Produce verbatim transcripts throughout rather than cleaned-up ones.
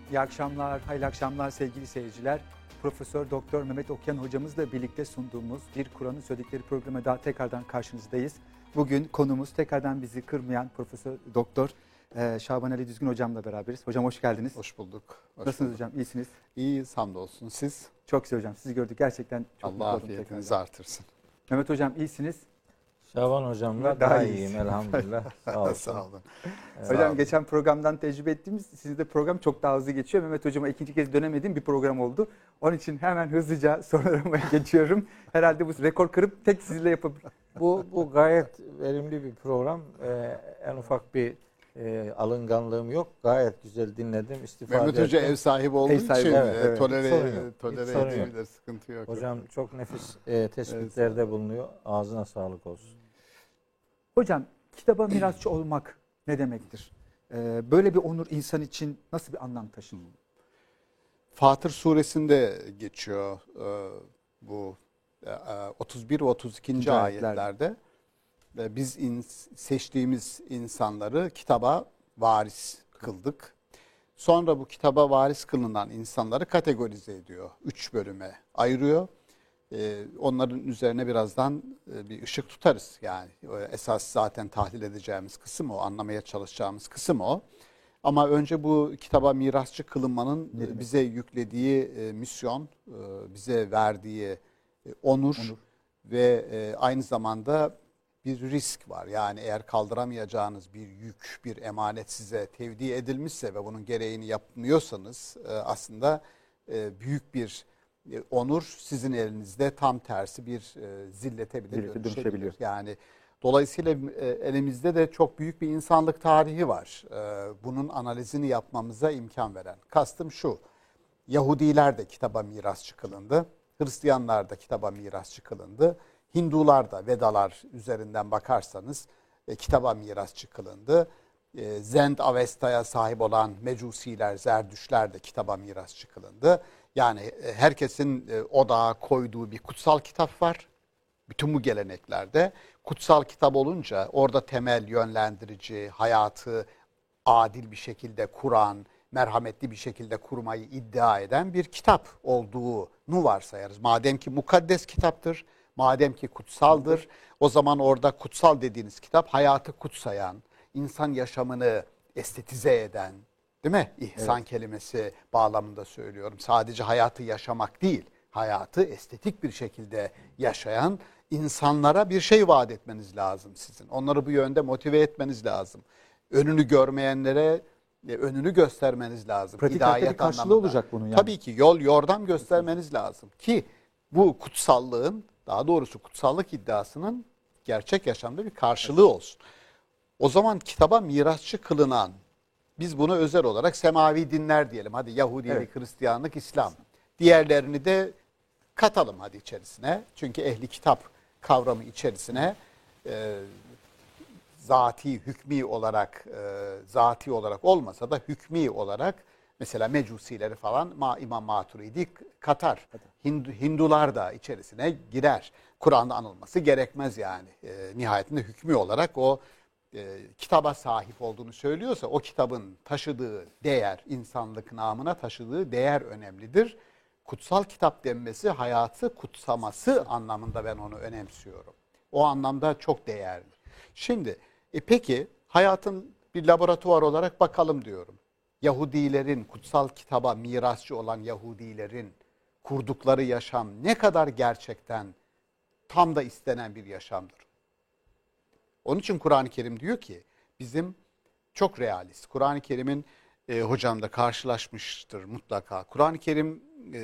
İyi akşamlar, hayırlı akşamlar sevgili seyirciler. Profesör Doktor Mehmet Okyan hocamızla birlikte sunduğumuz Bir Kur'an'ın Söyledikleri programı daha tekrardan karşınızdayız. Bugün konumuz tekrardan bizi kırmayan Profesör Doktor e, Şaban Ali Düzgün hocamla beraberiz. Hocam hoş geldiniz. Hoş bulduk. Hoş Nasılsınız bulduk. hocam? İyisiniz? İyiyiz, hamdolsun. Siz? Çok güzel hocam. Sizi gördük. Gerçekten çok Allah afiyetinizi artırsın. Mehmet hocam iyisiniz? Şaban hocamla daha, daha iyiyiz. iyiyim elhamdülillah. Sağ olsun. Sağ olun. Hocam Sağ olun. geçen programdan tecrübe ettiğimiz, sizde program çok daha hızlı geçiyor. Mehmet hocama ikinci kez dönemediğim bir program oldu. Onun için hemen hızlıca sorularıma geçiyorum. Herhalde bu rekor kırıp tek sizinle yapabilirim. Bu bu gayet verimli bir program. Ee, en ufak bir e, alınganlığım yok. Gayet güzel dinledim, istifade Mehmet Hoca ettim. ev sahibi olduğu Ev sahibi, için evet, e, evet. tolere, Sorun yok. Hiç tolere sorun yok. edebilir, sıkıntı yok. Hocam çok nefis e, tespitlerde bulunuyor. Ağzına sağlık olsun. Hocam kitaba mirasçı olmak ne demektir? Ee, böyle bir onur insan için nasıl bir anlam taşır? Fatır suresinde geçiyor e, bu e, otuz bir ve otuz ikinci ayetlerde. E, biz in, seçtiğimiz insanları kitaba varis kıldık. Sonra bu kitaba varis kılınan insanları kategorize ediyor. Üç bölüme ayırıyor. Ee, onların üzerine birazdan e, bir ışık tutarız. Yani esas zaten tahlil edeceğimiz kısım o, anlamaya çalışacağımız kısım o. Ama önce bu kitaba mirasçı kılınmanın e, bize yüklediği e, misyon, e, bize verdiği e, onur, onur ve e, aynı zamanda bir risk var. Yani eğer kaldıramayacağınız bir yük, bir emanet size tevdi edilmişse ve bunun gereğini yapmıyorsanız e, aslında e, büyük bir onur sizin elinizde tam tersi bir e, zillete bile Zillete dönüşebiliyor. Yani dolayısıyla e, elimizde de çok büyük bir insanlık tarihi var. E, bunun analizini yapmamıza imkan veren. Kastım şu, Yahudiler de kitaba mirasçı kılındı. Hristiyanlar da kitaba mirasçı kılındı. Hindular da Vedalar üzerinden bakarsanız e, kitaba mirasçı kılındı. E, Zend Avesta'ya sahip olan Mecusiler, Zerdüşler de kitaba mirasçı kılındı. Yani herkesin odağa koyduğu bir kutsal kitap var. Bütün bu geleneklerde kutsal kitap olunca orada temel, yönlendirici, hayatı adil bir şekilde kuran, merhametli bir şekilde kurmayı iddia eden bir kitap olduğunu varsayarız. Madem ki mukaddes kitaptır, madem ki kutsaldır, o zaman orada kutsal dediğiniz kitap hayatı kutsayan, insan yaşamını estetize eden, değil mi? İhsan evet. kelimesi bağlamında söylüyorum. Sadece hayatı yaşamak değil, hayatı estetik bir şekilde yaşayan insanlara bir şey vaat etmeniz lazım sizin. Onları bu yönde motive etmeniz lazım. Önünü görmeyenlere önünü göstermeniz lazım. Pratik hayatta bir karşılığı anlamında olacak bunun yani. Tabii ki yol yordam göstermeniz lazım ki bu kutsallığın, daha doğrusu kutsallık iddiasının gerçek yaşamda bir karşılığı olsun. O zaman kitaba mirasçı kılınan, biz bunu özel olarak semavi dinler diyelim. Hadi Yahudilik, evet. Hristiyanlık, İslam. Diğerlerini de katalım hadi içerisine. Çünkü ehli kitap kavramı içerisine e, zati, hükmi olarak, e, zati olarak olmasa da hükmi olarak mesela Mecusileri falan Ma, İmam Maturidi katar. Hindu, Hindular da içerisine girer. Kur'an'da anılması gerekmez yani. E, nihayetinde hükmü olarak o E, kitaba sahip olduğunu söylüyorsa o kitabın taşıdığı değer, insanlık namına taşıdığı değer önemlidir. Kutsal kitap denmesi hayatı kutsaması anlamında ben onu önemsiyorum. O anlamda çok değerli. Şimdi e peki hayatın bir laboratuvar olarak bakalım diyorum. Yahudilerin, kutsal kitaba mirasçı olan Yahudilerin kurdukları yaşam ne kadar gerçekten tam da istenen bir yaşamdır. Onun için Kur'an-ı Kerim diyor ki bizim çok realist. Kur'an-ı Kerim'in e, hocam da karşılaşmıştır mutlaka. Kur'an-ı Kerim e,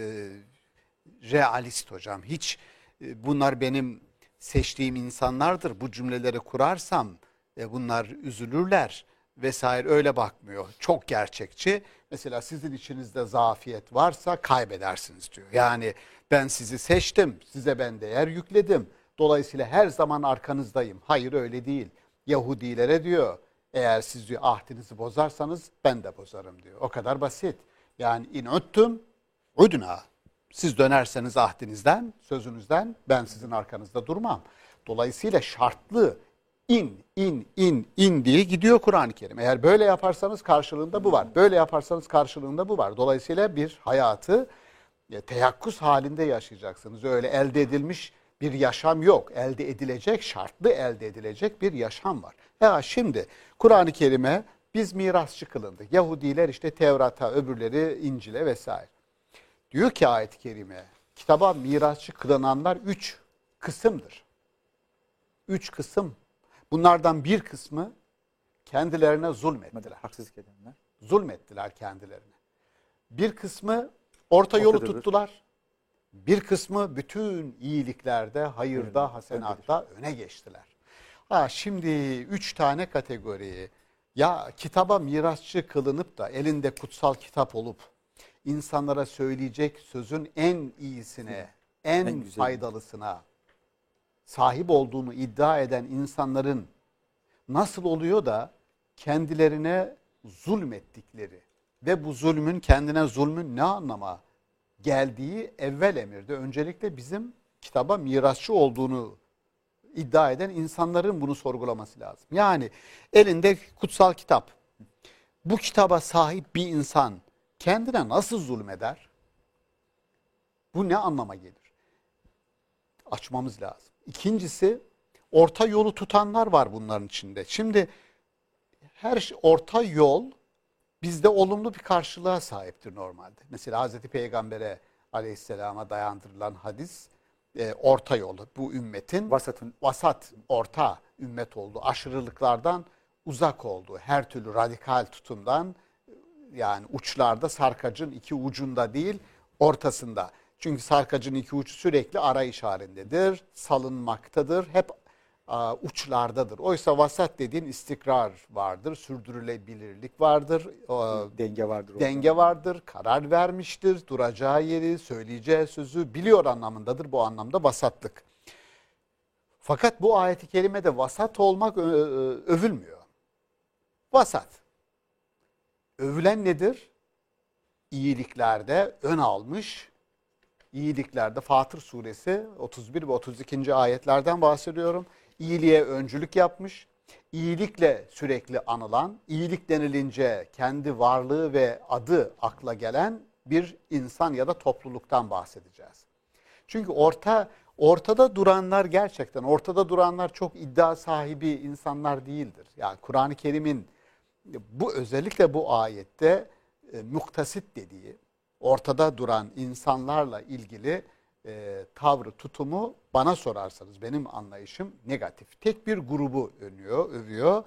realist hocam. Hiç e, bunlar benim seçtiğim insanlardır. Bu cümleleri kurarsam e, bunlar üzülürler vesaire öyle bakmıyor. Çok gerçekçi. Mesela sizin içinizde zafiyet varsa kaybedersiniz diyor. Yani ben sizi seçtim, size ben değer yükledim. Dolayısıyla her zaman arkanızdayım. Hayır öyle değil. Yahudilere diyor eğer siz diyor ahdinizi bozarsanız ben de bozarım diyor. O kadar basit. Yani in uttum udna. Siz dönerseniz ahdinizden, sözünüzden ben sizin arkanızda durmam. Dolayısıyla şartlı İn, in, in, in diye gidiyor Kur'an-ı Kerim. Eğer böyle yaparsanız karşılığında bu var. Böyle yaparsanız karşılığında bu var. Dolayısıyla bir hayatı e, teyakkuz halinde yaşayacaksınız. Öyle elde edilmiş bir yaşam yok. Elde edilecek, şartlı elde edilecek bir yaşam var. Ya şimdi Kur'an-ı Kerim'e biz mirasçı kılındık. Yahudiler işte Tevrat'a, öbürleri İncil'e vesaire. Diyor ki ayet-i kerime, kitaba mirasçı kılınanlar üç kısımdır. Üç kısım. Bunlardan bir kısmı kendilerine zulmettiler. Haksızlık edenler. Zulmettiler kendilerine. Bir kısmı orta yolu Ortadadır. tuttular. Bir kısmı bütün iyiliklerde, hayırda, Evet, hasenatta öne geçtiler. Ha, şimdi üç tane kategoriyi, ya kitaba mirasçı kılınıp da elinde kutsal kitap olup insanlara söyleyecek sözün en iyisine, en, En güzeli. faydalısına sahip olduğunu iddia eden insanların nasıl oluyor da kendilerine zulmettikleri ve bu zulmün, kendine zulmün ne anlama geldiği evvel emirde öncelikle bizim kitaba mirasçı olduğunu iddia eden insanların bunu sorgulaması lazım. Yani elinde kutsal kitap. Bu kitaba sahip bir insan kendine nasıl zulmeder? Bu ne anlama gelir? Açmamız lazım. İkincisi, orta yolu tutanlar var bunların içinde. Şimdi her şey, orta yol bizde olumlu bir karşılığa sahiptir normalde. Mesela Hazreti Peygamber'e aleyhisselama dayandırılan hadis e, orta yolu. Bu ümmetin Vasatın. vasat, orta ümmet oldu. Aşırılıklardan uzak oldu. Her türlü radikal tutumdan, yani uçlarda, sarkacın iki ucunda değil ortasında. Çünkü sarkacın iki ucu sürekli arayış halindedir, salınmaktadır, hep a, uçlardadır. Oysa vasat dediğin istikrar vardır, sürdürülebilirlik vardır, o, Denge vardır. denge orada. vardır, karar vermiştir, duracağı yeri, söyleyeceği sözü biliyor anlamındadır. Bu anlamda vasatlık. Fakat bu ayet-i kerimede vasat olmak ö- ö- övülmüyor. Vasat. Övülen nedir? İyiliklerde ön almış, iyiliklerde Fatır suresi otuz bir ve otuz ikinci ayetlerden bahsediyorum. İyiliğe öncülük yapmış, iyilikle sürekli anılan, iyilik denilince kendi varlığı ve adı akla gelen bir insan ya da topluluktan bahsedeceğiz. Çünkü orta ortada duranlar gerçekten, ortada duranlar çok iddia sahibi insanlar değildir. Yani Kur'an-ı Kerim'in bu özellikle bu ayette e, muktasit dediği, ortada duran insanlarla ilgili e, tavrı, tutumu bana sorarsanız benim anlayışım negatif. Tek bir grubu övüyor, övüyor.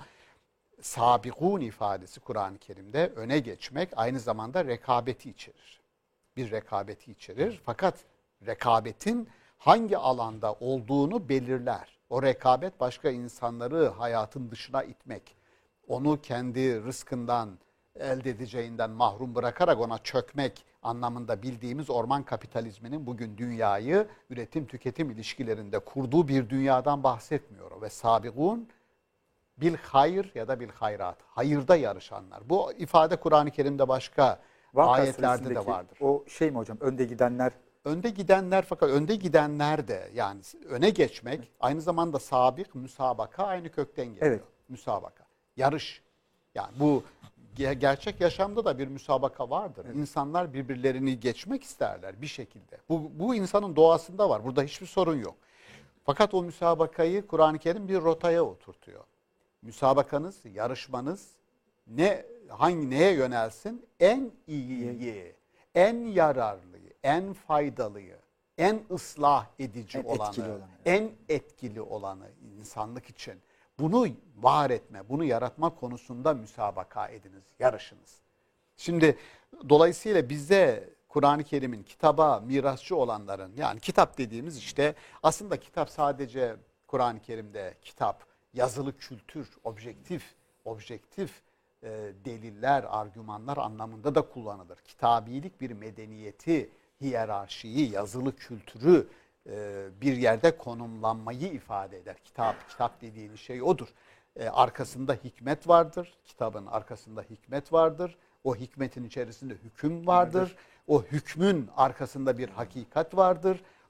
Sabikun ifadesi Kur'an-ı Kerim'de öne geçmek aynı zamanda rekabeti içerir. Bir rekabeti içerir. Fakat rekabetin hangi alanda olduğunu belirler. O rekabet başka insanları hayatın dışına itmek, onu kendi rızkından, elde edeceğinden mahrum bırakarak ona çökmek anlamında bildiğimiz orman kapitalizminin bugün dünyayı üretim tüketim ilişkilerinde kurduğu bir dünyadan bahsetmiyor. Ve sabigun bil hayır ya da bil hayrat. Hayırda yarışanlar. Bu ifade Kur'an-ı Kerim'de başka Vakıa ayetlerde de suresindeki vardır. O şey mi hocam? Önde gidenler. Önde gidenler, fakat önde gidenler de yani öne geçmek aynı zamanda sabik, müsabaka aynı kökten geliyor. Evet. Müsabaka. Yarış. Yani bu ge- gerçek yaşamda da bir müsabaka vardır. Evet. İnsanlar birbirlerini geçmek isterler bir şekilde. Bu, bu insanın doğasında var. Burada hiçbir sorun yok. Fakat o müsabakayı Kur'an-ı Kerim bir rotaya oturtuyor. Müsabakanız, yarışmanız ne hangi neye yönelsin? En iyiyi, en yararlıyı, en faydalıyı, en ıslah edici En olanı, etkili olanı. en etkili olanı insanlık için. Bunu var etme, bunu yaratma konusunda müsabaka ediniz, yarışınız. Şimdi dolayısıyla bize Kur'an-ı Kerim'in kitaba mirasçı olanların, yani kitap dediğimiz işte aslında kitap sadece Kur'an-ı Kerim'de kitap, yazılı kültür, objektif, objektif e, deliller, argümanlar anlamında da kullanılır. Kitabilik bir medeniyeti, hiyerarşiyi, yazılı kültürü e, bir yerde konumlanmayı ifade eder. Kitap, kitap dediğiniz şey odur. E, arkasında hikmet vardır, kitabın arkasında hikmet vardır. O hikmetin içerisinde hüküm vardır. O hükmün arkasında bir hakikat vardır.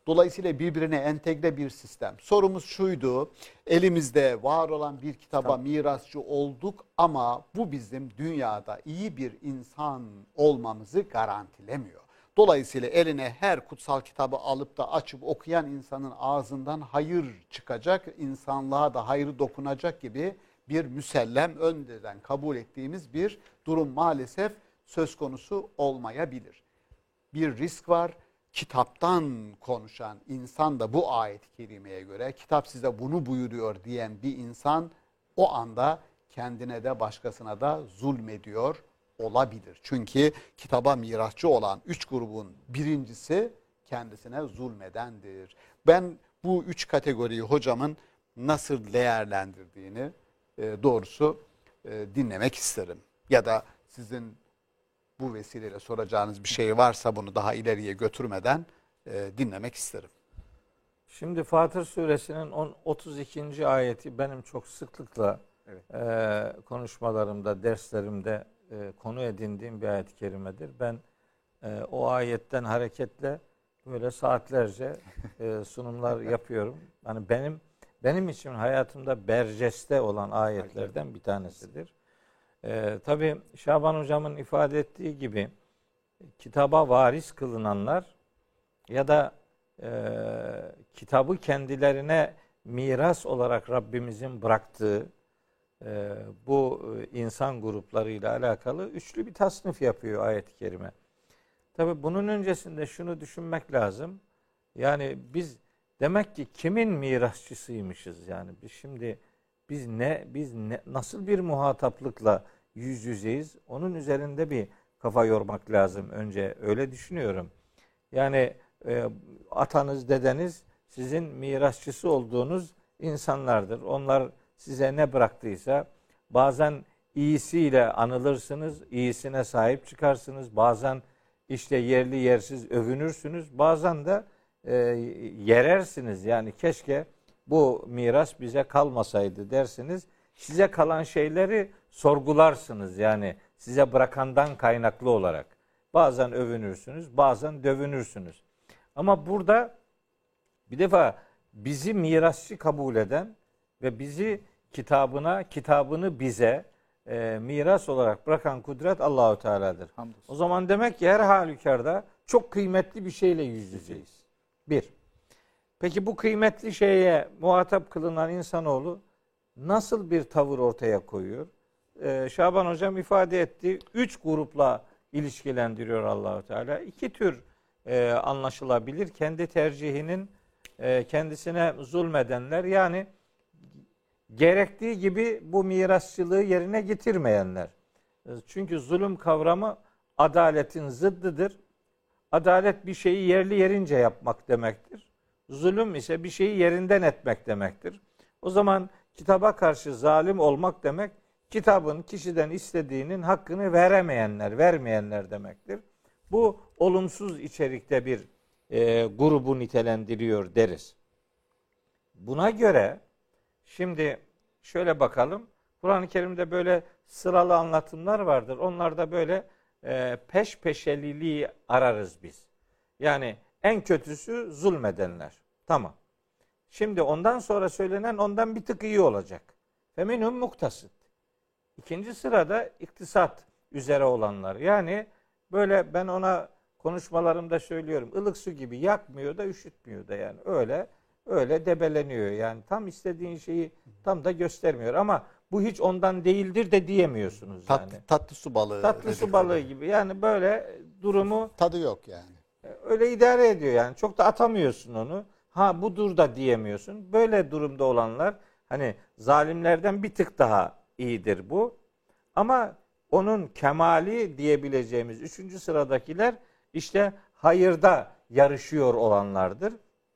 Dolayısıyla birbirine entegre bir sistem. Sorumuz şuydu, elimizde var olan bir kitaba Tamam. mirasçı olduk ama bu bizim dünyada iyi bir insan olmamızı garantilemiyor. Dolayısıyla eline her kutsal kitabı alıp da açıp okuyan insanın ağzından hayır çıkacak, insanlığa da hayrı dokunacak gibi bir müsellem önceden kabul ettiğimiz bir durum maalesef söz konusu olmayabilir. Bir risk var. Kitaptan konuşan insan da bu ayet-i kerimeye göre kitap size bunu buyuruyor diyen bir insan o anda kendine de başkasına da zulmediyor olabilir. Çünkü kitaba mirasçı olan üç grubun birincisi kendisine zulmedendir. Ben bu üç kategoriyi hocamın nasıl değerlendirdiğini e, doğrusu e, dinlemek isterim. Ya da sizin bu vesileyle soracağınız bir şey varsa bunu daha ileriye götürmeden e, dinlemek isterim. Şimdi Fatır Suresinin otuz ikinci ayeti benim çok sıklıkla Evet. e, konuşmalarımda, derslerimde e, konu edindiğim bir ayet-i kerimedir. Ben e, o ayetten hareketle böyle saatlerce e, sunumlar yapıyorum. Yani benim benim için hayatımda berceste olan ayetlerden bir tanesidir. E, tabii Şaban Hocam'ın ifade ettiği gibi kitaba varis kılınanlar ya da e, kitabı kendilerine miras olarak Rabbimizin bıraktığı e, bu insan gruplarıyla alakalı üçlü bir tasnif yapıyor ayet-i kerime. Tabii bunun öncesinde şunu düşünmek lazım. Yani biz demek ki kimin mirasçısıymışız yani biz şimdi biz ne biz ne, nasıl bir muhataplıkla yüz yüzeyiz? Onun üzerinde bir kafa yormak lazım önce. Öyle düşünüyorum. Yani e, atanız, dedeniz sizin mirasçısı olduğunuz insanlardır. Onlar size ne bıraktıysa bazen iyisiyle anılırsınız, iyisine sahip çıkarsınız. Bazen işte yerli yersiz övünürsünüz. Bazen de e, yerersiniz. Yani keşke bu miras bize kalmasaydı dersiniz. Size kalan şeyleri sorgularsınız. Yani size bırakandan kaynaklı olarak. Bazen övünürsünüz, bazen dövünürsünüz. Ama burada bir defa bizi mirasçı kabul eden ve bizi kitabına, kitabını bize e, miras olarak bırakan kudret Allahu Teala'dır. Hamdolsun. O zaman demek ki her halükarda çok kıymetli bir şeyle yüz yüzeyiz. Bir. Peki bu kıymetli şeye muhatap kılınan insanoğlu nasıl bir tavır ortaya koyuyor? Ee, Şaban Hocam ifade etti. Üç grupla ilişkilendiriyor Allahu Teala. İki tür e, anlaşılabilir. Kendi tercihinin e, kendisine zulmedenler, yani gerektiği gibi bu mirasçılığı yerine getirmeyenler. Çünkü zulüm kavramı adaletin zıddıdır. Adalet bir şeyi yerli yerince yapmak demektir. Zulüm ise bir şeyi yerinden etmek demektir. O zaman kitaba karşı zalim olmak demek, kitabın kişiden istediğinin hakkını veremeyenler, vermeyenler demektir. Bu olumsuz içerikte bir e, grubu nitelendiriyor deriz. Buna göre şimdi şöyle bakalım. Kur'an-ı Kerim'de böyle sıralı anlatımlar vardır. Onlarda böyle e, peş peşeliliği ararız biz. Yani en kötüsü zulmedenler. Tamam. Şimdi ondan sonra söylenen ondan bir tık iyi olacak. Feminhum muktasit. İkinci sırada iktisat üzere olanlar. Yani böyle ben ona konuşmalarımda söylüyorum. Ilık su gibi yakmıyor da üşütmüyor da yani. Öyle öyle debeleniyor. Yani tam istediğin şeyi tam da göstermiyor. Ama bu hiç ondan değildir de diyemiyorsunuz Tat, yani. Tatlı su balığı. Tatlı su balığı gibi. Yani böyle durumu Tadı yok yani. öyle idare ediyor yani. Çok da atamıyorsun onu. Ha budur da diyemiyorsun. Böyle durumda olanlar hani zalimlerden bir tık daha iyidir bu. Ama onun kemali diyebileceğimiz üçüncü sıradakiler işte hayırda yarışıyor olanlardır.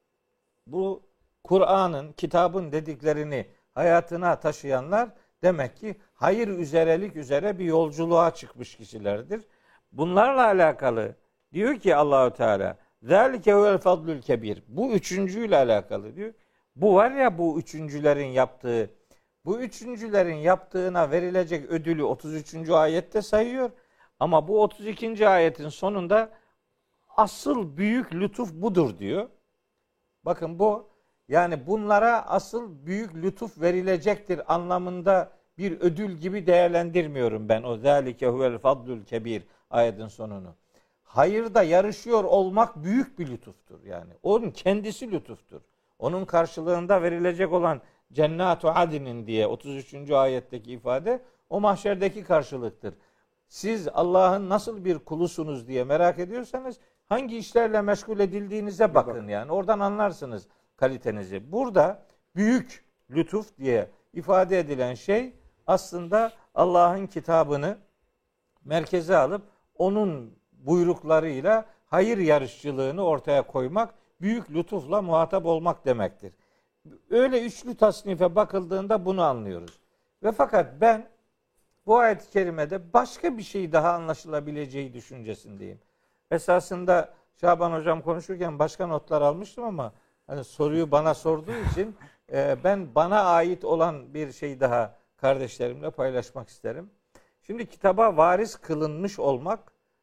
Bu Kur'an'ın, kitabın dediklerini hayatına taşıyanlar demek ki hayır üzerelik üzere bir yolculuğa çıkmış kişilerdir. Bunlarla alakalı diyor ki Allahu Teala "Zalike huvel fadlul kebir." Bu üçüncüyle alakalı diyor. Bu var ya, bu üçüncülerin yaptığı, bu üçüncülerin yaptığına verilecek ödülü otuz üçüncü ayette sayıyor. Ama bu otuz ikinci ayetin sonunda asıl büyük lütuf budur diyor. Bakın bu, yani bunlara asıl büyük lütuf verilecektir anlamında bir ödül gibi değerlendirmiyorum ben o zâlike huvel fadlul kebir ayetin sonunu. Hayırda yarışıyor olmak büyük bir lütuftur yani. Onun kendisi lütuftur. Onun karşılığında verilecek olan Cennatu Adinin diye otuz üçüncü ayetteki ifade o mahşerdeki karşılıktır. Siz Allah'ın nasıl bir kulusunuz diye merak ediyorsanız hangi işlerle meşgul edildiğinize bakın yani. Oradan anlarsınız kalitenizi. Burada büyük lütuf diye ifade edilen şey aslında Allah'ın kitabını merkeze alıp onun buyruklarıyla hayır yarışçılığını ortaya koymak, büyük lütufla muhatap olmak demektir. Öyle üçlü tasnife bakıldığında bunu anlıyoruz. Ve fakat ben bu ayet-i kerimede başka bir şey daha anlaşılabileceği düşüncesindeyim. Esasında Şaban hocam konuşurken başka notlar almıştım ama hani soruyu bana sorduğu için e, ben bana ait olan bir şey daha kardeşlerimle paylaşmak isterim. Şimdi kitaba varis kılınmış olmak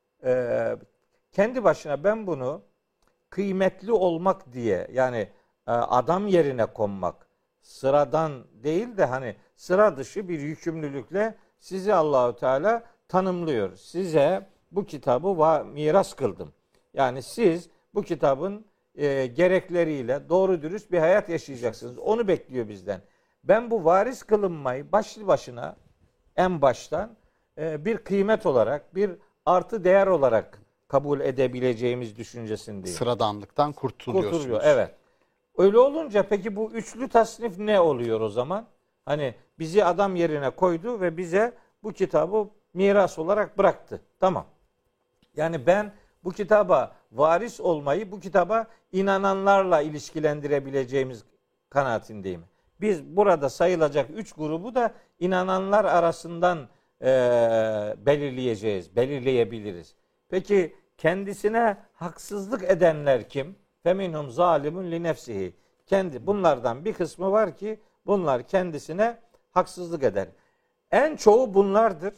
e, kendi başına ben bunu kıymetli olmak diye yani e, adam yerine konmak, sıradan değil de hani sıra dışı bir yükümlülükle sizi Allahu Teala tanımlıyor. Size bu kitabı va- miras kıldım. Yani siz bu kitabın e, gerekleriyle doğru dürüst bir hayat yaşayacaksınız. Onu bekliyor bizden. Ben bu varis kılınmayı başlı başına en baştan e, bir kıymet olarak, bir artı değer olarak kabul edebileceğimiz düşüncesindeyim. Sıradanlıktan kurtuluyorsunuz. Kurtuluyor, evet. Öyle olunca peki bu üçlü tasnif ne oluyor o zaman? Hani bizi adam yerine koydu ve bize bu kitabı miras olarak bıraktı. Tamam. Yani ben bu kitaba varis olmayı bu kitaba inananlarla ilişkilendirebileceğimiz kanaatindeyim. Biz burada sayılacak üç grubu da inananlar arasından e, belirleyeceğiz, belirleyebiliriz. Peki kendisine haksızlık edenler kim? Feminhum zalimun li nefsihi. Kendi bunlardan bir kısmı var ki bunlar kendisine haksızlık eder. En çoğu bunlardır.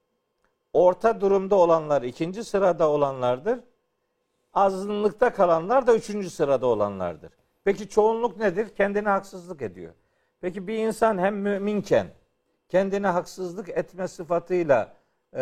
Orta durumda olanlar ikinci sırada olanlardır. Azınlıkta kalanlar da üçüncü sırada olanlardır. Peki çoğunluk nedir? Kendine haksızlık ediyor. Peki bir insan hem müminken kendine haksızlık etme sıfatıyla e,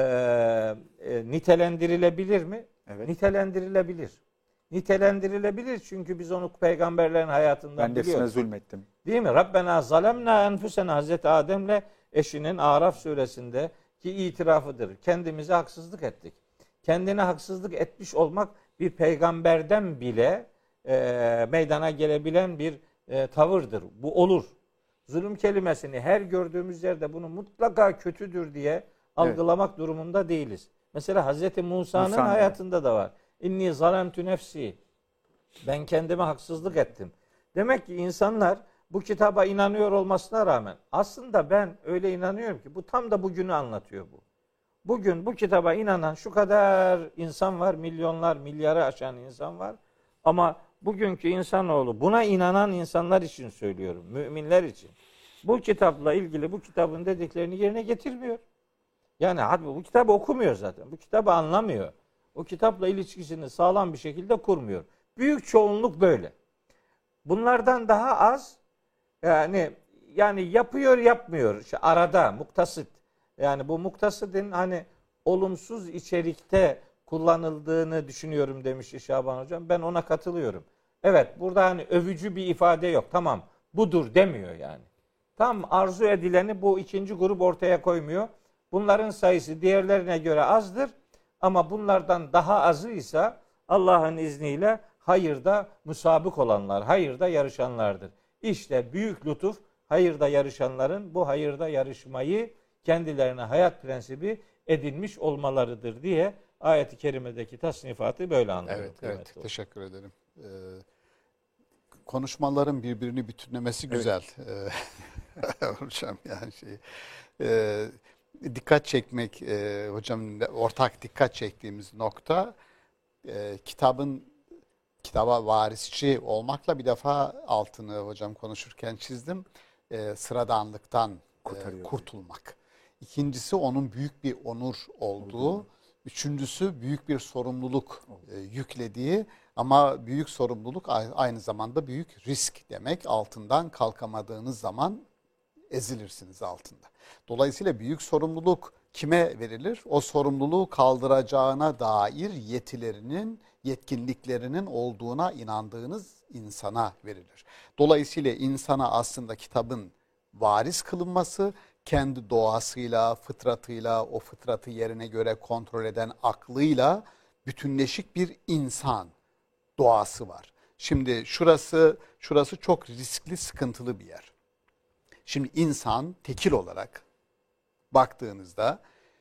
e, nitelendirilebilir mi? Evet. Nitelendirilebilir. Nitelendirilebilir çünkü biz onu peygamberlerin hayatından Ben biliyoruz. nefsime zulmettim. Değil mi? Rabbena zalemna enfusena Hazreti Adem'le eşinin Araf suresinde ki itirafıdır. Kendimize haksızlık ettik. Kendine haksızlık etmiş olmak bir peygamberden bile e, meydana gelebilen bir e, tavırdır. Bu olur. Zulüm kelimesini her gördüğümüz yerde bunu mutlaka kötüdür diye algılamak evet. durumunda değiliz. Mesela Hazreti Musa'nın Musa hayatında da var. İnni zalemtü nefsi. Ben kendime haksızlık ettim. Demek ki insanlar bu kitaba inanıyor olmasına rağmen aslında ben öyle inanıyorum ki bu tam da bugünü anlatıyor bu. Bugün bu kitaba inanan şu kadar insan var, milyonlar, milyarı aşan insan var. Ama bugünkü insanoğlu buna inanan insanlar için söylüyorum, müminler için. Bu kitapla ilgili bu kitabın dediklerini yerine getirmiyor. Yani hadi bu kitabı okumuyor zaten. Bu kitabı anlamıyor. O kitapla ilişkisini sağlam bir şekilde kurmuyor. Büyük çoğunluk böyle. Bunlardan daha az yani yani yapıyor yapmıyor. İşte arada muktasit. Yani bu muktasidin hani olumsuz içerikte kullanıldığını düşünüyorum demiş Şaban hocam. Ben ona katılıyorum. Evet burada hani övücü bir ifade yok. Tamam budur demiyor yani. Tam arzu edileni bu ikinci grup ortaya koymuyor. Bunların sayısı diğerlerine göre azdır. Ama bunlardan daha azıysa Allah'ın izniyle hayırda musabık olanlar, hayırda yarışanlardır. İşte büyük lütuf hayırda yarışanların bu hayırda yarışmayı kendilerine hayat prensibi edinmiş olmalarıdır diye ayet-i kerimedeki tasnifatı böyle anlıyorum. Evet, evet. Olur. Teşekkür ederim. Ee, konuşmaların birbirini bütünlemesi güzel. Evet. Hocam yani şey. E, dikkat çekmek, e, hocam ortak dikkat çektiğimiz nokta e, kitabın kitaba varisçi olmakla bir defa altını hocam konuşurken çizdim. E, sıradanlıktan e, kurtulmak. İkincisi onun büyük bir onur olduğu Üçüncüsü büyük bir sorumluluk e, yüklediği ama büyük sorumluluk aynı zamanda büyük risk demek. Altından kalkamadığınız zaman ezilirsiniz altında. Dolayısıyla büyük sorumluluk kime verilir? O sorumluluğu kaldıracağına dair yetilerinin, yetkinliklerinin olduğuna inandığınız insana verilir. Dolayısıyla insana aslında kitabın varis kılınması, kendi doğasıyla, fıtratıyla, o fıtratı yerine göre kontrol eden aklıyla bütünleşik bir insan doğası var. Şimdi şurası, şurası çok riskli, sıkıntılı bir yer. Şimdi insan tekil olarak baktığınızda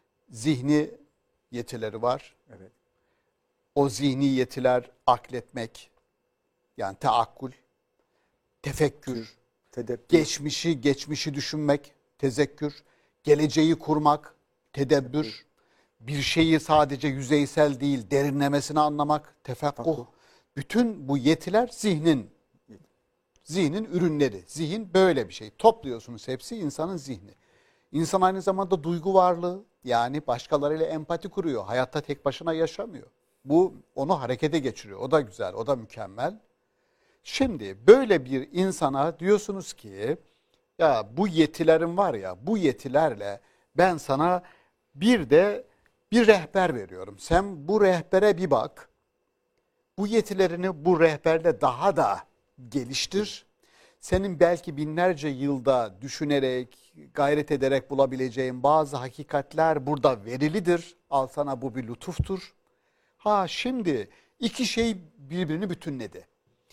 zihni yetileri var. Evet. O zihni yetiler akletmek, yani teakkül, tefekkür, Tedebbür. geçmişi geçmişi düşünmek, tezekkür, geleceği kurmak, tedebbür, bir şeyi sadece yüzeysel değil derinlemesine anlamak, tefakkuh. Tefakkuh. Bütün bu yetiler zihnin zihnin ürünleri. Zihin böyle bir şey. Topluyorsunuz, hepsi insanın zihni. İnsan aynı zamanda duygu varlığı, yani başkalarıyla empati kuruyor. Hayatta tek başına yaşamıyor. Bu onu harekete geçiriyor. O da güzel, o da mükemmel. Şimdi böyle bir insana diyorsunuz ki ya bu yetilerin var ya, bu yetilerle ben sana bir de bir rehber veriyorum. Sen bu rehbere bir bak. Bu yetilerini bu rehberle daha da geliştir. Senin belki binlerce yılda düşünerek, gayret ederek bulabileceğin bazı hakikatler burada verilidir. Al sana, bu bir lütuftur. Ha şimdi iki şey birbirini bütünledi.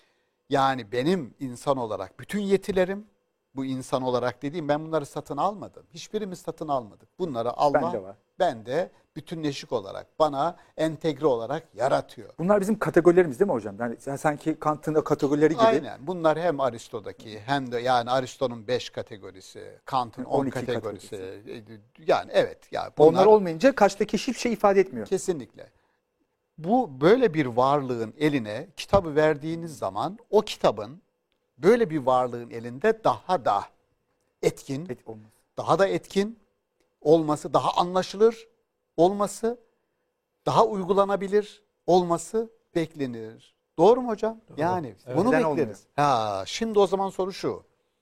Yani benim insan olarak bütün yetilerim, bu insan olarak dediğim, ben bunları satın almadım. Hiçbirimiz satın almadık. Bunları Allah, Bende var. ben de bütünleşik olarak, bana entegre olarak yaratıyor. Bunlar bizim kategorilerimiz değil mi hocam? Yani sanki Kant'ın o kategorileri gibi. Aynen. Bunlar hem Aristo'daki hem de yani Aristo'nun beş kategorisi, Kant'ın on on iki kategorisi. Yani evet. Yani bunlar, Onlar olmayınca karşıdaki hiçbir şey ifade etmiyor. kesinlikle. Bu böyle bir varlığın eline kitabı verdiğiniz zaman o kitabın böyle bir varlığın elinde daha da etkin, Et olmaz. daha da etkin olması, daha anlaşılır olması, daha uygulanabilir olması beklenir. Doğru mu hocam? Doğru. Yani Evet. bunu Neden bekleriz. olmuyor? Ha, şimdi o zaman soru şu.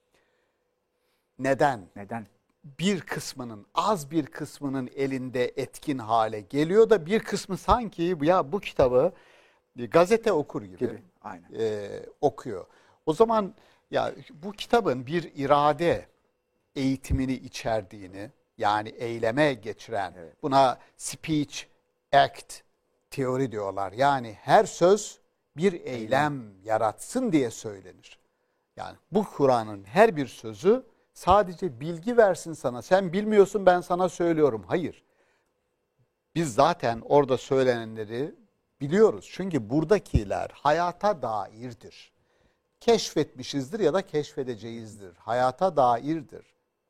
Neden? Neden? Bir kısmının, az bir kısmının elinde etkin hale geliyor da bir kısmı sanki ya bu kitabı gazete okur gibi, Gibi. Aynen. e, okuyor. O zaman ya bu kitabın bir irade eğitimini içerdiğini, yani eyleme geçiren, Evet. buna speech act teori diyorlar. Yani her söz bir eylem yaratsın diye söylenir. Yani bu Kur'an'ın her bir sözü sadece bilgi versin sana. Sen bilmiyorsun, ben sana söylüyorum. Hayır. Biz zaten orada söylenenleri biliyoruz. Çünkü buradakiler hayata dairdir. Keşfetmişizdir ya da keşfedeceğizdir. Hayata dairdir.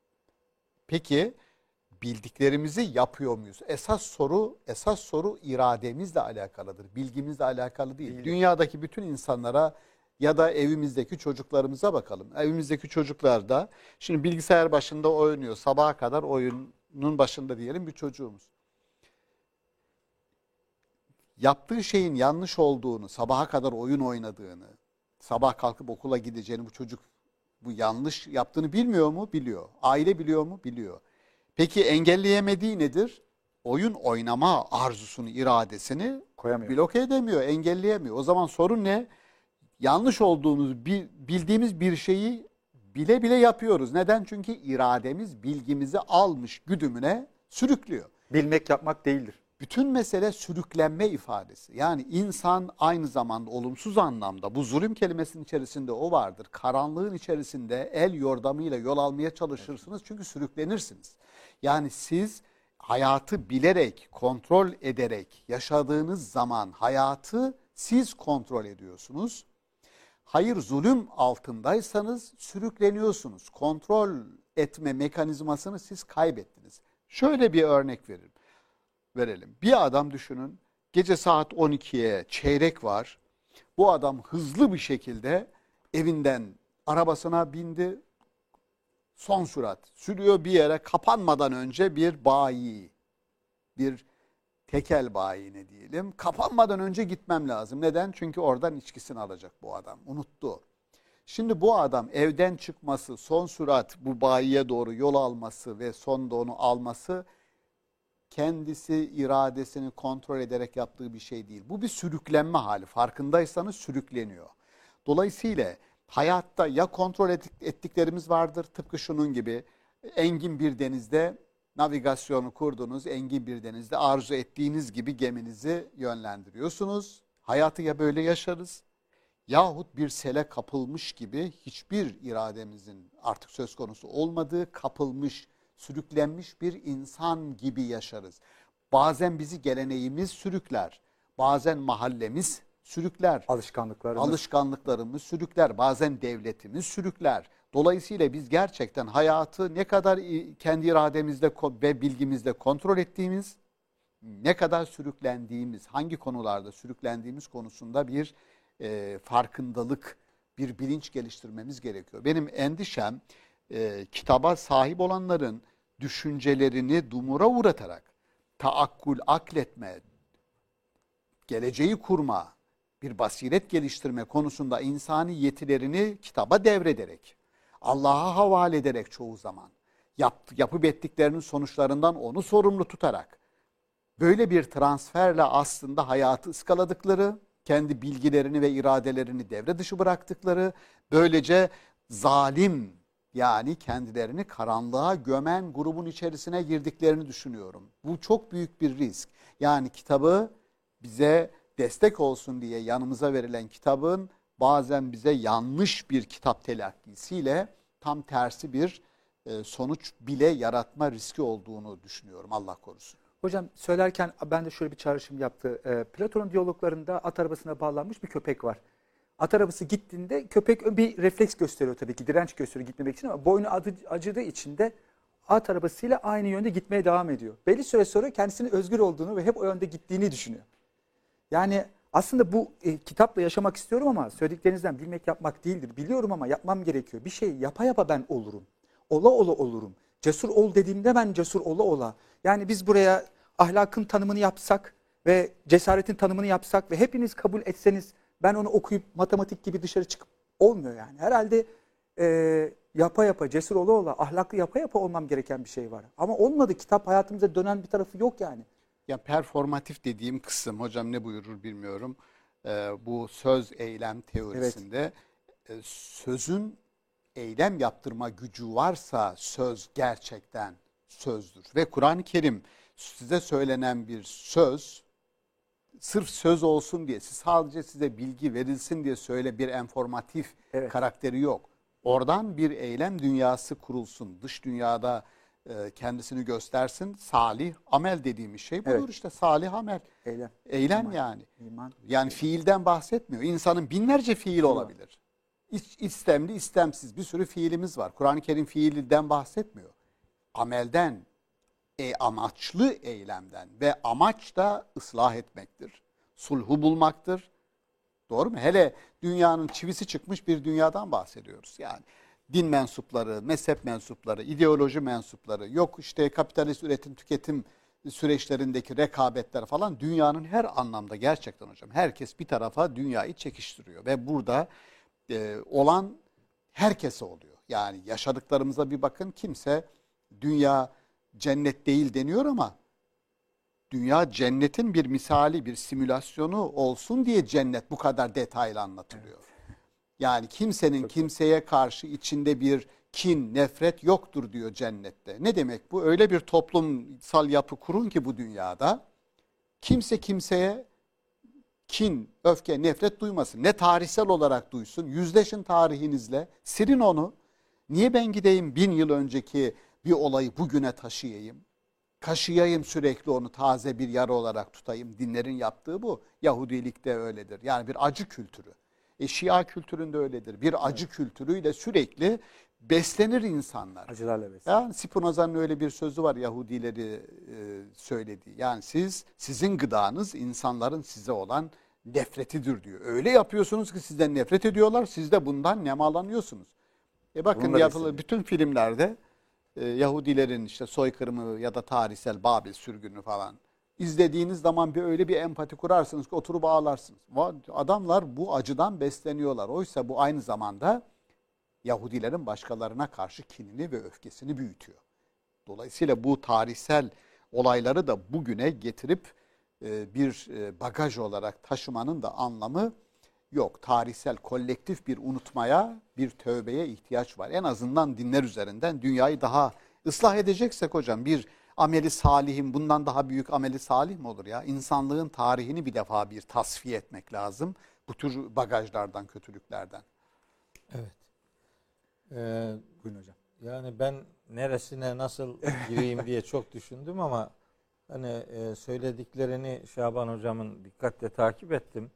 Peki bildiklerimizi yapıyor muyuz? Esas soru, esas soru irademizle alakalıdır. Bilgimizle alakalı değil. Değil. Dünyadaki bütün insanlara ya da evimizdeki çocuklarımıza bakalım. Evimizdeki çocuklar da şimdi bilgisayar başında oynuyor. Sabaha kadar oyunun başında diyelim bir çocuğumuz. Yaptığı şeyin yanlış olduğunu, sabaha kadar oyun oynadığını, sabah kalkıp okula gideceğini bu çocuk bu yanlış yaptığını bilmiyor mu? Biliyor. Aile biliyor mu? Biliyor. Peki engelleyemediği nedir? Oyun oynama arzusunu, iradesini Koyamıyor. bloke edemiyor, engelleyemiyor. O zaman sorun ne? Yanlış olduğumuz, bildiğimiz bir şeyi bile bile yapıyoruz. Neden? Çünkü irademiz bilgimizi almış güdümüne sürüklüyor. Bilmek yapmak değildir. Bütün mesele sürüklenme ifadesi. Yani insan aynı zamanda olumsuz anlamda, bu zulüm kelimesinin içerisinde o vardır. Karanlığın içerisinde el yordamıyla yol almaya çalışırsınız çünkü sürüklenirsiniz. Yani siz hayatı bilerek, kontrol ederek yaşadığınız zaman hayatı siz kontrol ediyorsunuz. Hayır, zulüm altındaysanız sürükleniyorsunuz. Kontrol etme mekanizmasını siz kaybettiniz. Şöyle bir örnek veririm. Verelim. Bir adam düşünün, gece saat on ikiye çeyrek var. Bu adam hızlı bir şekilde evinden arabasına bindi. Son sürat sürüyor bir yere, kapanmadan önce bir bayi, bir tekel bayine diyelim. Kapanmadan önce gitmem lazım. Neden? Çünkü oradan içkisini alacak bu adam. Unuttu. Şimdi bu adam evden çıkması, son sürat bu bayiye doğru yol alması ve sonda onu alması kendisi iradesini kontrol ederek yaptığı bir şey değil. Bu bir sürüklenme hali. Farkındaysanız sürükleniyor. Dolayısıyla hayatta ya kontrol ettiklerimiz vardır. Tıpkı şunun gibi engin bir denizde navigasyonu kurdunuz. Engin bir denizde arzu ettiğiniz gibi geminizi yönlendiriyorsunuz. Hayatı ya böyle yaşarız yahut bir sele kapılmış gibi hiçbir irademizin artık söz konusu olmadığı, kapılmış, sürüklenmiş bir insan gibi yaşarız. Bazen bizi geleneğimiz sürükler, bazen mahallemiz sürükler, alışkanlıklarımız. alışkanlıklarımız sürükler, bazen devletimiz sürükler. Dolayısıyla biz gerçekten hayatı ne kadar kendi irademizle ve bilgimizle kontrol ettiğimiz, ne kadar sürüklendiğimiz, hangi konularda sürüklendiğimiz konusunda bir e, farkındalık, bir bilinç geliştirmemiz gerekiyor. Benim endişem e, kitaba sahip olanların düşüncelerini dumura uğratarak taakkul, akletme, geleceği kurma, bir basiret geliştirme konusunda insani yetilerini kitaba devrederek, Allah'a havale ederek çoğu zaman, yap, yapıp ettiklerinin sonuçlarından onu sorumlu tutarak, böyle bir transferle aslında hayatı ıskaladıkları, kendi bilgilerini ve iradelerini devre dışı bıraktıkları, böylece zalim yani kendilerini karanlığa gömen grubun içerisine girdiklerini düşünüyorum. Bu çok büyük bir risk. Yani kitabı bize destek olsun diye yanımıza verilen kitabın bazen bize yanlış bir kitap telakkisiyle tam tersi bir sonuç bile yaratma riski olduğunu düşünüyorum. Allah korusun. Hocam söylerken ben de şöyle bir çağrışım yaptı. E, Platon'un diyaloglarında at arabasına bağlanmış bir köpek var. At arabası gittiğinde köpek bir refleks gösteriyor tabii ki, direnç gösteriyor gitmemek için ama boynu acıdığı için de at arabasıyla aynı yönde gitmeye devam ediyor. Belli süre sonra kendisinin özgür olduğunu ve hep o yönde gittiğini düşünüyor. Yani aslında bu e, kitapla yaşamak istiyorum ama söylediklerinizden bilmek yapmak değildir. Biliyorum ama yapmam gerekiyor. Bir şey yapa yapa ben olurum. Ola ola olurum. Cesur ol dediğimde ben cesur ola ola. Yani biz buraya ahlakın tanımını yapsak ve cesaretin tanımını yapsak ve hepiniz kabul etseniz ben onu okuyup matematik gibi dışarı çıkıp olmuyor yani. Herhalde e, yapa yapa, cesur ola ola, ahlaklı yapa yapa olmam gereken bir şey var. Ama olmadı, kitap hayatımıza dönen bir tarafı yok yani. Ya performatif dediğim kısım, hocam ne buyurur bilmiyorum. Ee, bu söz eylem teorisinde evet. e, sözün eylem yaptırma gücü varsa söz gerçekten sözdür. Ve Kur'an-ı Kerim size söylenen bir söz, sırf söz olsun diye, sadece size bilgi verilsin diye söyle bir enformatif evet. karakteri yok. Oradan bir eylem dünyası kurulsun. Dış dünyada e, kendisini göstersin. Salih amel dediğimiz şey budur evet. işte salih amel. Eylem. Eylem İman. yani. İman. Yani fiilden bahsetmiyor. İnsanın binlerce fiil olabilir. İç, istemli, istemsiz bir sürü fiilimiz var. Kur'an-ı Kerim fiilden bahsetmiyor. Amelden, e, amaçlı eylemden ve amaç da ıslah etmektir. Sulhu bulmaktır. Doğru mu? Hele dünyanın çivisi çıkmış bir dünyadan bahsediyoruz. Yani din mensupları, mezhep mensupları, ideoloji mensupları, yok işte kapitalist üretim tüketim süreçlerindeki rekabetler falan dünyanın her anlamda gerçekten hocam. Herkes bir tarafa dünyayı çekiştiriyor ve burada e, olan herkese oluyor. Yani yaşadıklarımıza bir bakın, kimse dünya cennet değil deniyor ama dünya cennetin bir misali, bir simülasyonu olsun diye cennet bu kadar detaylı anlatılıyor. Evet. Yani kimsenin Çok kimseye karşı içinde bir kin, nefret yoktur diyor cennette. Ne demek bu? Öyle bir toplumsal yapı kurun ki bu dünyada kimse kimseye kin, öfke, nefret duymasın. Ne tarihsel olarak duysun. Yüzleşin tarihinizle. Silin onu. Niye ben gideyim bin yıl önceki bir olayı bugüne taşıyayım? Kaşıyayım sürekli onu, taze bir yara olarak tutayım. Dinlerin yaptığı bu. Yahudilikte öyledir. Yani bir acı kültürü. E, Şia kültüründe öyledir. Bir acı evet. kültürüyle sürekli beslenir insanlar. Acılarla beslenir. Yani Spinoza'nın öyle bir sözü var Yahudileri e, söylediği. Yani siz, sizin gıdanız insanların size olan nefretidir diyor. Öyle yapıyorsunuz ki sizden nefret ediyorlar. Siz de bundan nemalanıyorsunuz. E bakın yapılan bütün filmlerde e, Yahudilerin işte soykırımı ya da tarihsel Babil sürgünü falan izlediğiniz zaman bir öyle bir empati kurarsınız ki oturup ağlarsınız. Adamlar bu acıdan besleniyorlar. Oysa bu aynı zamanda Yahudilerin başkalarına karşı kinini ve öfkesini büyütüyor. Dolayısıyla bu tarihsel olayları da bugüne getirip bir bagaj olarak taşımanın da anlamı yok. Tarihsel, kolektif bir unutmaya, bir tövbeye ihtiyaç var. En azından dinler üzerinden dünyayı daha ıslah edeceksek hocam, bir ameli salihin bundan daha büyük ameli salih mi olur ya? İnsanlığın tarihini bir defa bir tasfiye etmek lazım. Bu tür bagajlardan, kötülüklerden. Evet. Ee, Buyurun hocam. Yani ben neresine nasıl gireyim diye çok düşündüm ama hani e, söylediklerini Şaban hocamın dikkatle takip ettim.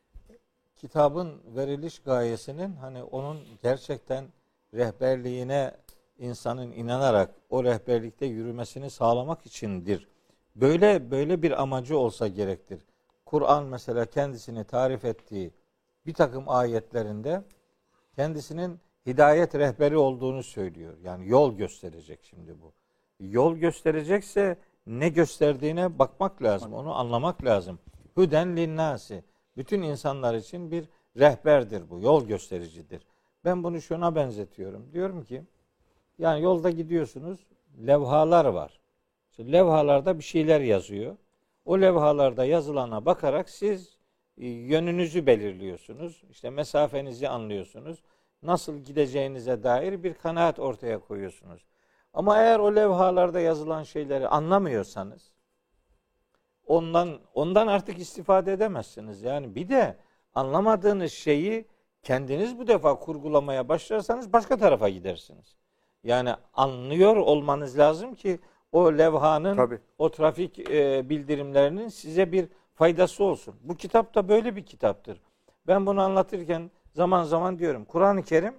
Kitabın veriliş gayesinin hani onun gerçekten rehberliğine insanın inanarak o rehberlikte yürümesini sağlamak içindir. Böyle böyle bir amacı olsa gerektir. Kur'an mesela kendisini tarif ettiği bir takım ayetlerinde kendisinin hidayet rehberi olduğunu söylüyor. Yani yol gösterecek şimdi bu. Yol gösterecekse ne gösterdiğine bakmak lazım. Onu anlamak lazım. Hüden linnâsi. Bütün insanlar için bir rehberdir bu. Yol göstericidir. Ben bunu şuna benzetiyorum. Diyorum ki yani yolda gidiyorsunuz. Levhalar var. İşte levhalarda bir şeyler yazıyor. O levhalarda yazılana bakarak siz yönünüzü belirliyorsunuz. İşte mesafenizi anlıyorsunuz. Nasıl gideceğinize dair bir kanaat ortaya koyuyorsunuz. Ama eğer o levhalarda yazılan şeyleri anlamıyorsanız ondan ondan artık istifade edemezsiniz. Yani bir de anlamadığınız şeyi kendiniz bu defa kurgulamaya başlarsanız başka tarafa gidersiniz. Yani anlıyor olmanız lazım ki o levhanın, Tabii. o trafik e, bildirimlerinin size bir faydası olsun. Bu kitap da böyle bir kitaptır. Ben bunu anlatırken zaman zaman diyorum, Kur'an-ı Kerim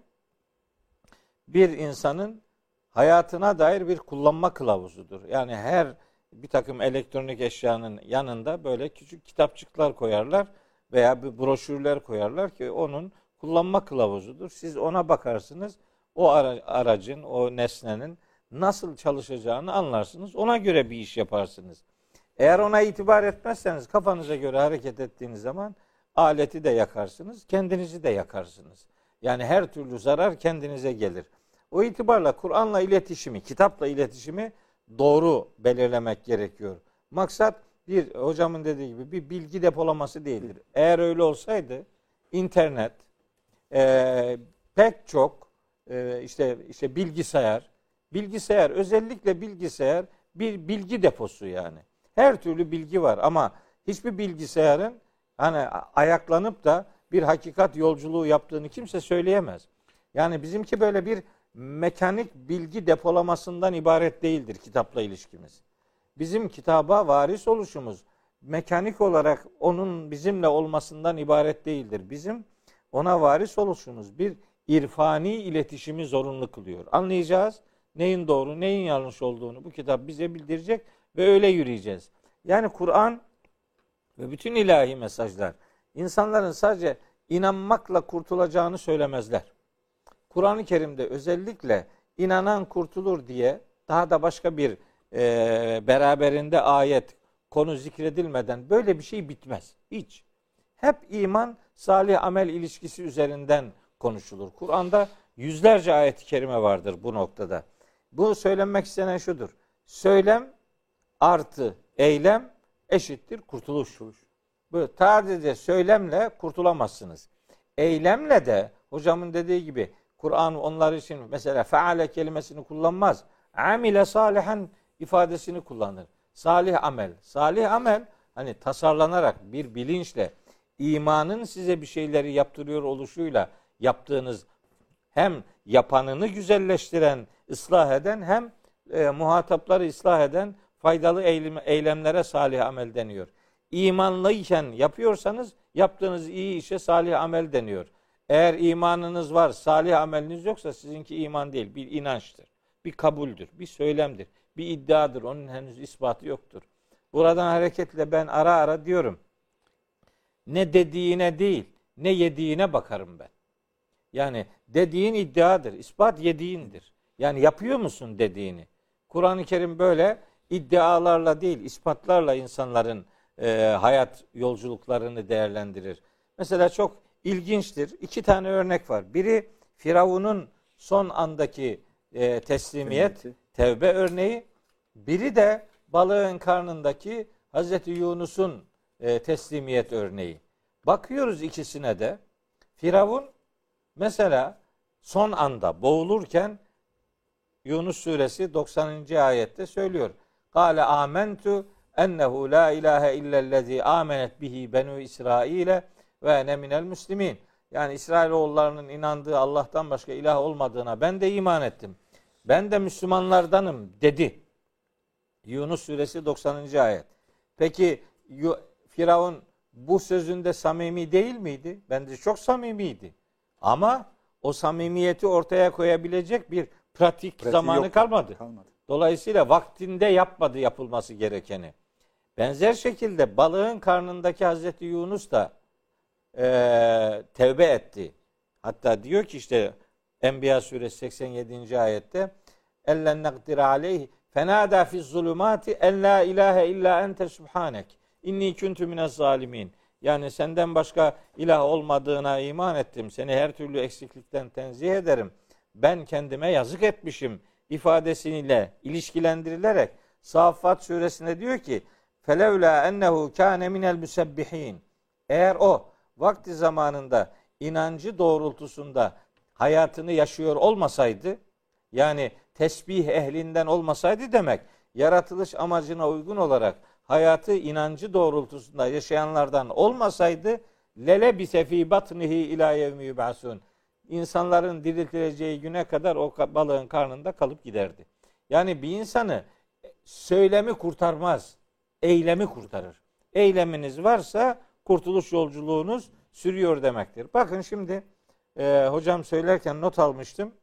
bir insanın hayatına dair bir kullanma kılavuzudur. Yani her bir takım elektronik eşyanın yanında böyle küçük kitapçıklar koyarlar veya bir broşürler koyarlar ki onun kullanma kılavuzudur. Siz ona bakarsınız, o aracın, o nesnenin nasıl çalışacağını anlarsınız. Ona göre bir iş yaparsınız. Eğer ona itibar etmezseniz, kafanıza göre hareket ettiğiniz zaman aleti de yakarsınız, kendinizi de yakarsınız. Yani her türlü zarar kendinize gelir. O itibarla Kur'an'la iletişimi, kitapla iletişimi doğru belirlemek gerekiyor. Maksat bir, hocamın dediği gibi bir bilgi depolaması değildir. Eğer öyle olsaydı internet, e, pek çok e, işte işte bilgisayar, bilgisayar özellikle bilgisayar bir bilgi deposu yani. Her türlü bilgi var ama hiçbir bilgisayarın hani ayaklanıp da bir hakikat yolculuğu yaptığını kimse söyleyemez. Yani bizimki böyle bir mekanik bilgi depolamasından ibaret değildir kitapla ilişkimiz. Bizim kitaba varis oluşumuz mekanik olarak onun bizimle olmasından ibaret değildir. Bizim ona varis oluşumuz bir irfani iletişimi zorunlu kılıyor. Anlayacağız neyin doğru, neyin yanlış olduğunu bu kitap bize bildirecek ve öyle yürüyeceğiz. Yani Kur'an ve bütün ilahi mesajlar insanların sadece inanmakla kurtulacağını söylemezler. Kur'an-ı Kerim'de özellikle inanan kurtulur diye daha da başka bir e, beraberinde ayet, konu zikredilmeden böyle bir şey bitmez. Hiç. Hep iman, salih amel ilişkisi üzerinden konuşulur. Kur'an'da yüzlerce ayet-i kerime vardır bu noktada. Bu söylenmek istenen şudur. Söylem artı eylem eşittir kurtuluş. Bu sadece söylemle kurtulamazsınız. Eylemle de hocamın dediği gibi Kur'an onlar için mesela feale kelimesini kullanmaz. Amile salihan ifadesini kullanır. Salih amel. Salih amel hani tasarlanarak bir bilinçle imanın size bir şeyleri yaptırıyor oluşuyla yaptığınız hem yapanını güzelleştiren, ıslah eden hem e, muhatapları ıslah eden faydalı eylemlere salih amel deniyor. İmanlıyken yapıyorsanız yaptığınız iyi işe salih amel deniyor. Eğer imanınız var, salih ameliniz yoksa sizinki iman değil, bir inançtır, bir kabuldür, bir söylemdir, bir iddiadır. Onun henüz ispatı yoktur. Buradan hareketle ben ara ara diyorum. Ne dediğine değil, ne yediğine bakarım ben. Yani dediğin iddiadır, ispat yediğindir. Yani yapıyor musun dediğini? Kur'an-ı Kerim böyle iddialarla değil, ispatlarla insanların e, hayat yolculuklarını değerlendirir. Mesela çok ilginçtir. İki tane örnek var. Biri Firavun'un son andaki e, teslimiyet, tevbe örneği. Biri de balığın karnındaki Hazreti Yunus'un e, teslimiyet örneği. Bakıyoruz ikisine de. Firavun mesela son anda boğulurken Yunus suresi doksanıncı ayette söylüyor. Kâle âmentu ennehu la ilahe illellezî âmenet bihi benû İsrail'e ve ene minel müslimin. Yani İsrailoğullarının inandığı Allah'tan başka ilah olmadığına ben de iman ettim. Ben de Müslümanlardanım dedi. Yunus suresi doksanıncı ayet. Peki Firavun bu sözünde samimi değil miydi? Bence çok samimiydi. Ama o samimiyeti ortaya koyabilecek bir pratik Pratiği zamanı yok, kalmadı. kalmadı. Dolayısıyla vaktinde yapmadı yapılması gerekeni. Benzer şekilde balığın karnındaki Hazreti Yunus da e, tevbe etti. Hatta diyor ki işte Enbiya suresi seksen yedinci ayette ellen nakdir aleyhi fenâdâ fiz zulümâti en la ilahe illa ente subhanek inni kuntu minez zalimin. Yani senden başka ilah olmadığına iman ettim. Seni her türlü eksiklikten tenzih ederim. Ben kendime yazık etmişim ifadesiyle ilişkilendirilerek Saffat suresinde diyor ki felevla ennehu kâne minel müsebbihin. Eğer o vakti zamanında inancı doğrultusunda hayatını yaşıyor olmasaydı, yani tesbih ehlinden olmasaydı demek, yaratılış amacına uygun olarak hayatı inancı doğrultusunda yaşayanlardan olmasaydı lele bi sefi batnihi ila yevmi yub'asun. İnsanların diriltileceği güne kadar o balığın karnında kalıp giderdi. Yani bir insanı söylemi kurtarmaz, eylemi kurtarır. Eyleminiz varsa kurtuluş yolculuğunuz sürüyor demektir. Bakın şimdi e, hocam söylerken not almıştım.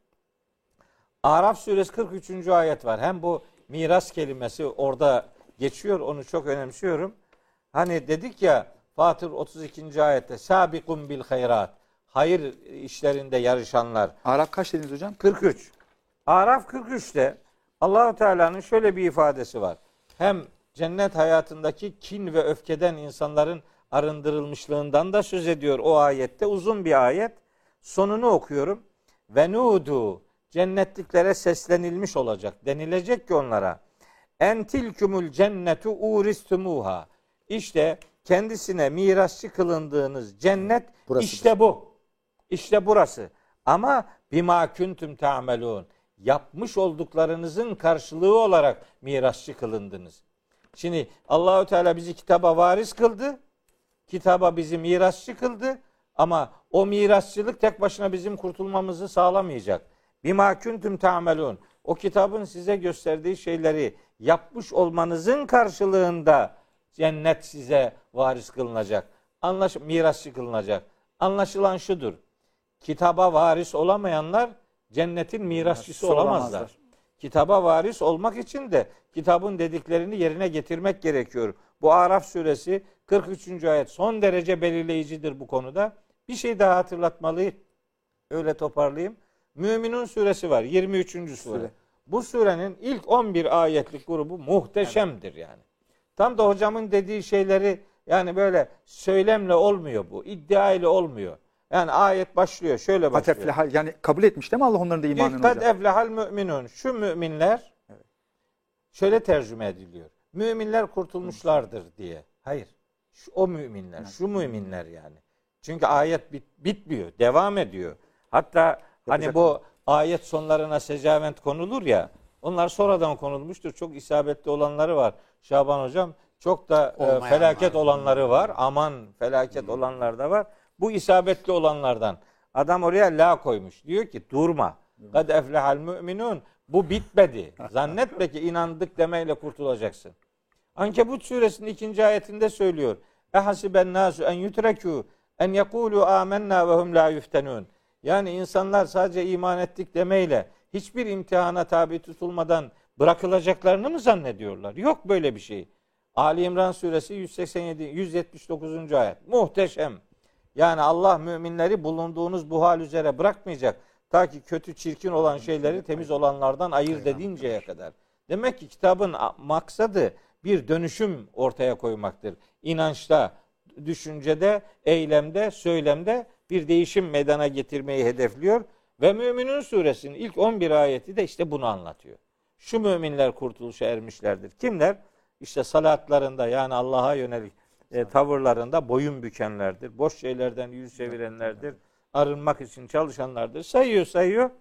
Araf suresi kırk üçüncü ayet var. Hem bu miras kelimesi orada geçiyor, onu çok önemsiyorum. Hani dedik ya Fatır otuz ikinci ayette sabiqun bil hayrat. Hayır işlerinde yarışanlar. Araf kaç dediniz hocam? kırk üç. Araf kırk üçte Allah-u Teala'nın şöyle bir ifadesi var. Hem cennet hayatındaki kin ve öfkeden insanların arındırılmışlığından da söz ediyor o ayette. Uzun bir ayet. Sonunu okuyorum. Ve nudu cennetliklere seslenilmiş olacak. Denilecek ki onlara entilkumul cennetu uristumuha. İşte kendisine mirasçı kılındığınız cennet burası işte bu. İşte burası. Ama bima kuntum ta'melun. Yapmış olduklarınızın karşılığı olarak mirasçı kılındınız. Şimdi Allahü Teala bizi kitaba varis kıldı. Kitaba bizi mirasçı kıldı. Ama o mirasçılık tek başına bizim kurtulmamızı sağlamayacak. Bima kuntum ta'melun. O kitabın size gösterdiği şeyleri yapmış olmanızın karşılığında cennet size varis kılınacak. Anlaş mirasçı kılınacak. Anlaşılan şudur. Kitaba varis olamayanlar cennetin mirasçısı olamazlar. olamazlar. Kitaba varis olmak için de kitabın dediklerini yerine getirmek gerekiyor. Bu Araf suresi kırk üçüncü ayet son derece belirleyicidir bu konuda. Bir şey daha hatırlatmalıyım. Öyle toparlayayım. Müminun suresi var. yirmi üçüncü sure. Sure. Bu surenin ilk on bir ayetlik grubu muhteşemdir yani. Tam da hocamın dediği şeyleri yani böyle söylemle olmuyor bu. İddia ile olmuyor. Yani ayet başlıyor. Şöyle başlıyor. Eflehal, yani kabul etmiş değil mi Allah onların da imanını hocam? Kad eflehal müminun. Şu müminler evet. Şöyle tercüme ediliyor. Müminler kurtulmuşlardır diye. Hayır. Şu, o müminler. Şu müminler yani. Çünkü ayet bit, bitmiyor. Devam ediyor. Hatta Yapacak hani bu mı? Ayet sonlarına secavent konulur ya. Onlar sonradan konulmuştur. Çok isabetli olanları var. Şaban hocam çok da e, felaket var. olanları var. Aman felaket hmm. olanlar da var. Bu isabetli olanlardan. Adam oraya la koymuş. Diyor ki durma. Kad eflehal müminun. Bu bitmedi. Zannetme ki inandık demeyle kurtulacaksın. Ankebut suresinin ikinci ayetinde söylüyor. Ehasiben nasu en yutrekû en yekûlû âmennâ ve hum lâ yuftenûn. Yani insanlar sadece iman ettik demeyle hiçbir imtihana tabi tutulmadan bırakılacaklarını mı zannediyorlar? Yok böyle bir şey. Ali İmran suresi yüz seksen yedi yüz yetmiş dokuzuncu ayet. Muhteşem. Yani Allah müminleri bulunduğunuz bu hal üzere bırakmayacak. Ta ki kötü çirkin olan şeyleri temiz olanlardan ayırt edinceye kadar. Demek ki kitabın maksadı bir dönüşüm ortaya koymaktır. İnançta, düşüncede, eylemde, söylemde bir değişim meydana getirmeyi hedefliyor. Ve Müminun suresinin ilk on bir ayeti de işte bunu anlatıyor. Şu müminler kurtuluşa ermişlerdir. Kimler? İşte salatlarında, yani Allah'a yönelik e, tavırlarında boyun bükenlerdir. Boş şeylerden yüz çevirenlerdir. Arınmak için çalışanlardır. Sayıyor sayıyor.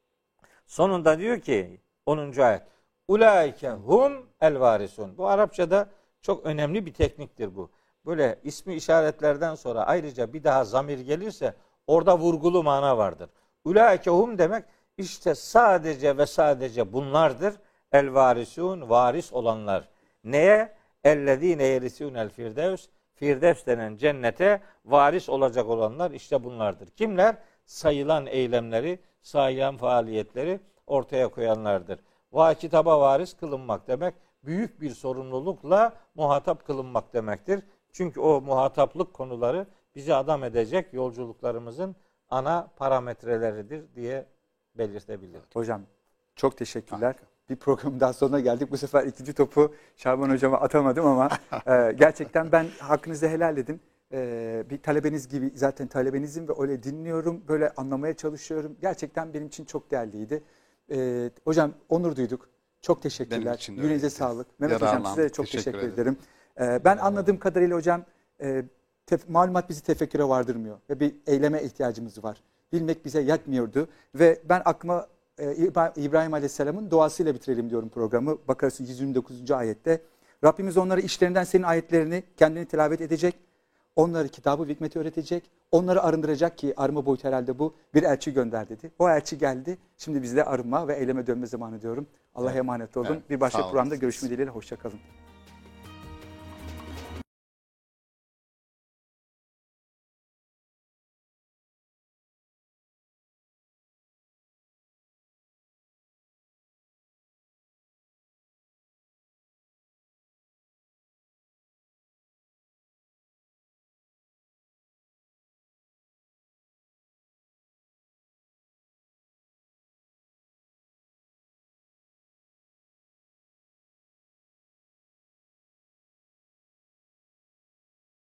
Sonunda diyor ki onuncu ayet. Ulaike hum el varisun. Bu Arapçada çok önemli bir tekniktir bu. Böyle ismi işaretlerden sonra ayrıca bir daha zamir gelirse orada vurgulu mana vardır. Ulaike hum demek işte sadece ve sadece bunlardır. El varisun, varis olanlar. Neye? Ellezine yerisunel firdevs. Firdevs denen cennete varis olacak olanlar işte bunlardır. Kimler? Sayılan eylemleri, sayılan faaliyetleri ortaya koyanlardır. Va kitaba varis kılınmak demek büyük bir sorumlulukla muhatap kılınmak demektir. Çünkü o muhataplık konuları bizi adam edecek yolculuklarımızın ana parametreleridir diye belirtebilirim. Hocam çok teşekkürler. Harika. Bir programın daha sonuna geldik. Bu sefer ikinci topu Şaban Hocam'a atamadım ama e, gerçekten ben hakkınızı helal edin. E, bir talebeniz gibi zaten talebenizim ve öyle dinliyorum. Böyle anlamaya çalışıyorum. Gerçekten benim için çok değerliydi. E, hocam onur duyduk. Çok teşekkürler. Yüreğinize sağlık. Mehmet Hocam anlam. Size de çok teşekkür, teşekkür ederim. ederim. E, ben anladığım kadarıyla hocam e, tef- malumat bizi tefekküre vardırmıyor. Ve bir eyleme ihtiyacımız var. Bilmek bize yetmiyordu. Ve ben aklıma İbrahim Aleyhisselam'ın duasıyla bitirelim diyorum programı. Bakarsın yüz yirmi dokuzuncu ayette. Rabbimiz onları işlerinden senin ayetlerini kendini tilavet edecek. Onları kitabı ve hikmeti öğretecek. Onları arındıracak ki arınma boyutu herhalde bu. Bir elçi gönder dedi. O elçi geldi. Şimdi bizde arınma ve eyleme dönme zamanı diyorum. Allah'a evet. emanet olun. Evet. Bir başka programda görüşmek dileğiyle. Hoşça kalın.